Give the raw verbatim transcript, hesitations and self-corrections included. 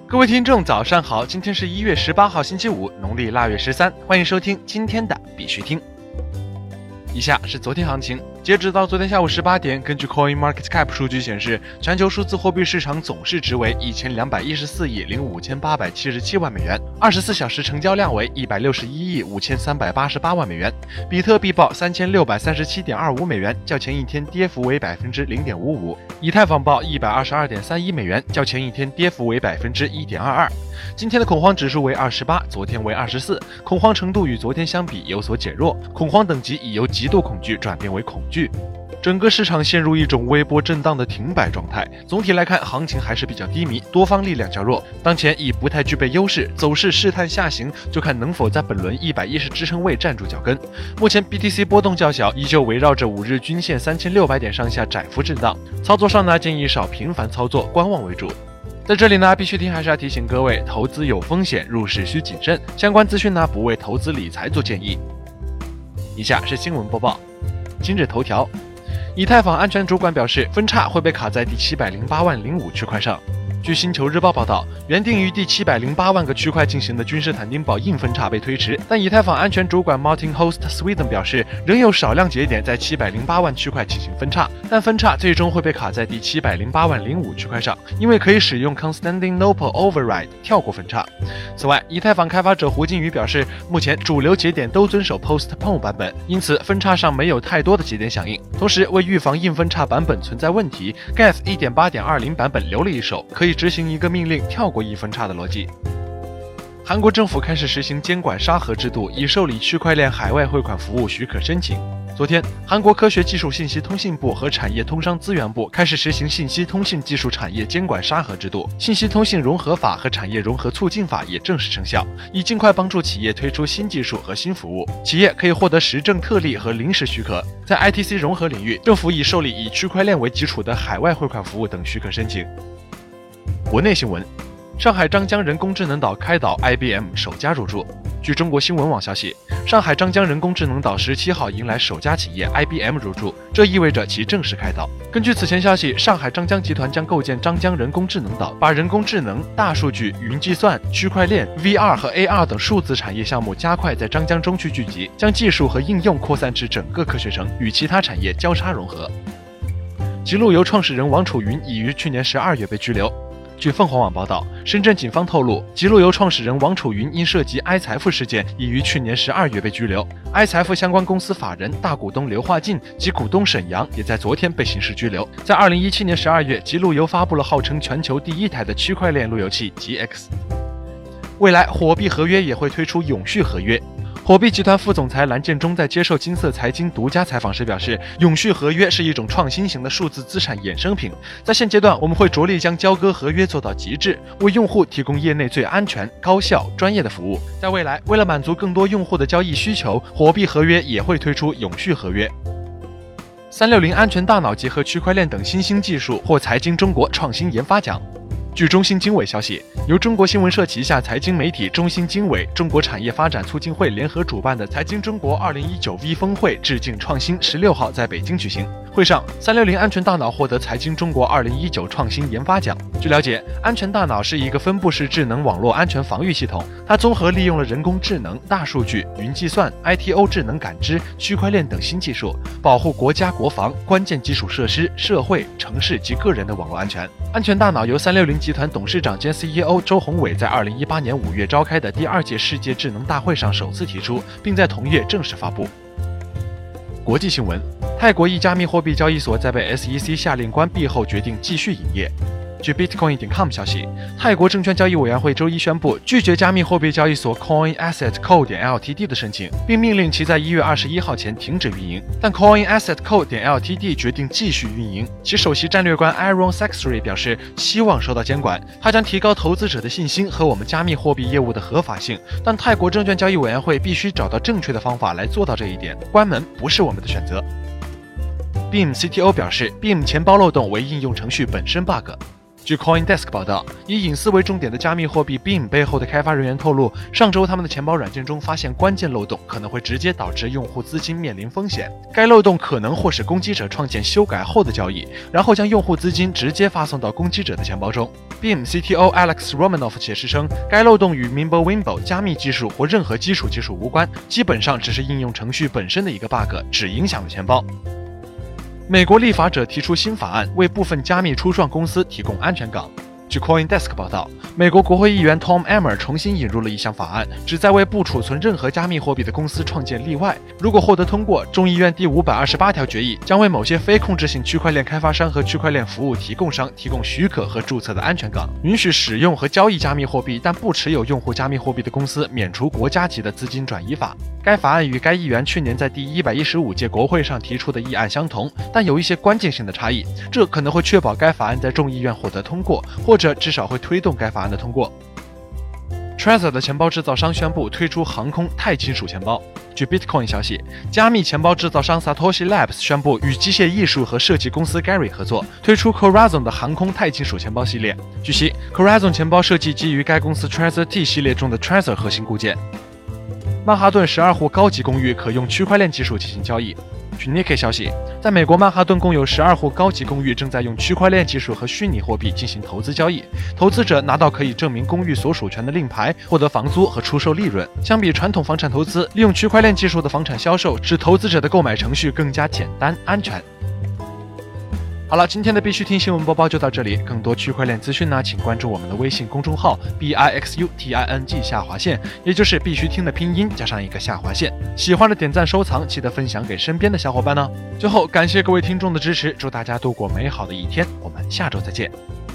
各位听众早上好，今天是一月十八号星期五，农历腊月十三，欢迎收听今天的必须听。以下是昨天行情，截止到昨天下午十八点，根据 CoinMarketCap 数据显示，全球数字货币市场总市值为一千两百一十四亿零五千八百七十七万美元，二十四小时成交量为一百六十一亿五千三百八十八万美元。比特币报三千六百三十七点二五美元，较前一天跌幅为百分之零点五五。以太坊报一百二十二点三一美元，较前一天跌幅为百分之一点二二。今天的恐慌指数为二十八，昨天为二十四，恐慌程度与昨天相比有所减弱，恐慌等级已由极度恐惧转变为恐惧。整个市场陷入一种微波震荡的停摆状态，总体来看行情还是比较低迷，多方力量较弱，当前已不太具备优势，走势试探下行，就看能否在本轮一百一十支撑位站住脚跟。目前 B T C 波动较小，依旧围绕着五日均线三千六百点上下窄幅震荡，操作上呢建议少频繁操作，观望为主。在这里呢，必须听还是要提醒各位，投资有风险，入市需谨慎。相关资讯呢，不为投资理财做建议。以下是新闻播报。今日头条，以太坊安全主管表示，分叉会被卡在第七百零八万零五区块上。据星球日报报道，原定于第七百零八万个区块进行的君士坦丁堡硬分叉被推迟，但以太坊安全主管 Martin Host Sweden 表示，仍有少量节点在七百零八万区块进行分叉，但分叉最终会被卡在第七百零八万零五区块上，因为可以使用 Constantinople Override 跳过分叉。此外，以太坊开发者胡金宇表示，目前主流节点都遵守 Postpone 版本，因此分叉上没有太多的节点响应。同时，为预防硬分叉版本存在问题 ，Gas 一点八点二零 版本留了一手，可以执行一个命令跳过一分叉的逻辑。韩国政府开始实行监管沙盒制度，以受理区块链海外汇款服务许可申请。昨天，韩国科学技术信息通信部和产业通商资源部开始实行信息通信技术产业监管沙盒制度，信息通信融合法和产业融合促进法也正式生效，以尽快帮助企业推出新技术和新服务。企业可以获得实证特例和临时许可。在 I T C 融合领域，政府已受理以区块链为基础的海外汇款服务等许可申请。国内新闻，上海张江人工智能岛开岛 I B M 首家入驻。据中国新闻网消息，上海张江人工智能岛十七号迎来首家企业 I B M 入驻，这意味着其正式开岛。根据此前消息，上海张江集团将构建张江人工智能岛，把人工智能、大数据、云计算、区块链、V R 和 A R 等数字产业项目加快在张江中区聚集，将技术和应用扩散至整个科学城，与其他产业交叉融合。极路由创始人王楚云已于去年十二月被拘留。据凤凰网报道，深圳警方透露，极路由创始人王楚云因涉及 i 财富事件，已于去年十二月被拘留。i 财富相关公司法人、大股东刘化进及股东沈阳也在昨天被刑事拘留。在二零一七年十二月，极路由发布了号称全球第一台的区块链路由器 G X。未来，火币合约也会推出永续合约。火币集团副总裁蓝建中在接受金色财经独家采访时表示，永续合约是一种创新型的数字资产衍生品，在现阶段我们会着力将交割合约做到极致，为用户提供业内最安全、高效、专业的服务。在未来，为了满足更多用户的交易需求，火币合约也会推出永续合约。三六零安全大脑结合区块链等新兴技术获财经中国创新研发奖。据中新经纬消息，由中国新闻社旗下财经媒体中新经纬、中国产业发展促进会联合主办的财经中国二零一九 V 峰会致敬创新十六号在北京举行。会上，三六零安全大脑获得财经中国二零一九创新研发奖。据了解，安全大脑是一个分布式智能网络安全防御系统，它综合利用了人工智能、大数据、云计算、I T O 智能感知、区块链等新技术，保护国家国防、关键基础设施、社会、城市及个人的网络安全。安全大脑由三六零集团董事长兼 C E O 周鸿伟在二零一八年五月召开的第二届世界智能大会上首次提出，并在同月正式发布。国际新闻，泰国一加密货币交易所在被 S E C 下令关闭后决定继续营业。据 Bitcoin 点 com 消息，泰国证券交易委员会周一宣布拒绝加密货币交易所 Coin Asset Co 点 L T D 的申请，并命令其在一月二十一号前停止运营。但 Coin Asset Co 点 L T D 决定继续运营，其首席战略官 Aaron Sexton 表示希望受到监管，他将提高投资者的信心和我们加密货币业务的合法性，但泰国证券交易委员会必须找到正确的方法来做到这一点，关门不是我们的选择。Beam C T O 表示 ，Beam 钱包漏洞为应用程序本身 bug。 据 CoinDesk 报道，以隐私为重点的加密货币 Beam 背后的开发人员透露，上周他们的钱包软件中发现关键漏洞，可能会直接导致用户资金面临风险。该漏洞可能或使攻击者创建修改后的交易，然后将用户资金直接发送到攻击者的钱包中。Beam C T O Alex Romanoff 解释称，该漏洞与 Mimblewimble 加密技术或任何基础技术无关，基本上只是应用程序本身的一个 bug， 只影响了钱包。美国立法者提出新法案，为部分加密初创公司提供安全港。据 CoinDesk 报道，美国国会议员 Tom Emmer 重新引入了一项法案，旨在为不储存任何加密货币的公司创建例外。如果获得通过，众议院第五百二十八条决议将为某些非控制性区块链开发商和区块链服务提供商提供许可和注册的安全港，允许使用和交易加密货币但不持有用户加密货币的公司免除国家级的资金转移法。该法案与该议员去年在第一百一十五届国会上提出的议案相同，但有一些关键性的差异，这可能会确保该法案在众议院获得通过，或者至少会推动该法案的通过。Trezor 的钱包制造商宣布推出航空钛金属钱包。据 Bitcoin 消息，加密钱包制造商 Satoshi Labs 宣布与机械艺术和设计公司 Gary 合作，推出 Corazon 的航空钛金属钱包系列。据悉 ，Corazon 钱包设计基于该公司 Trezor T 系列中的 Trezor 核心固件。曼哈顿十二户高级公寓可用区块链技术进行交易。据 Nikkei 消息，在美国曼哈顿共有十二户高级公寓正在用区块链技术和虚拟货币进行投资交易，投资者拿到可以证明公寓所属权的令牌，获得房租和出售利润。相比传统房产投资，利用区块链技术的房产销售使投资者的购买程序更加简单安全。好了，今天的必须听新闻播报就到这里。更多区块链资讯呢，请关注我们的微信公众号 B I X U T I N G 下划线，也就是必须听的拼音加上一个下划线。喜欢的点赞收藏，记得分享给身边的小伙伴呢。最后，感谢各位听众的支持，祝大家度过美好的一天，我们下周再见。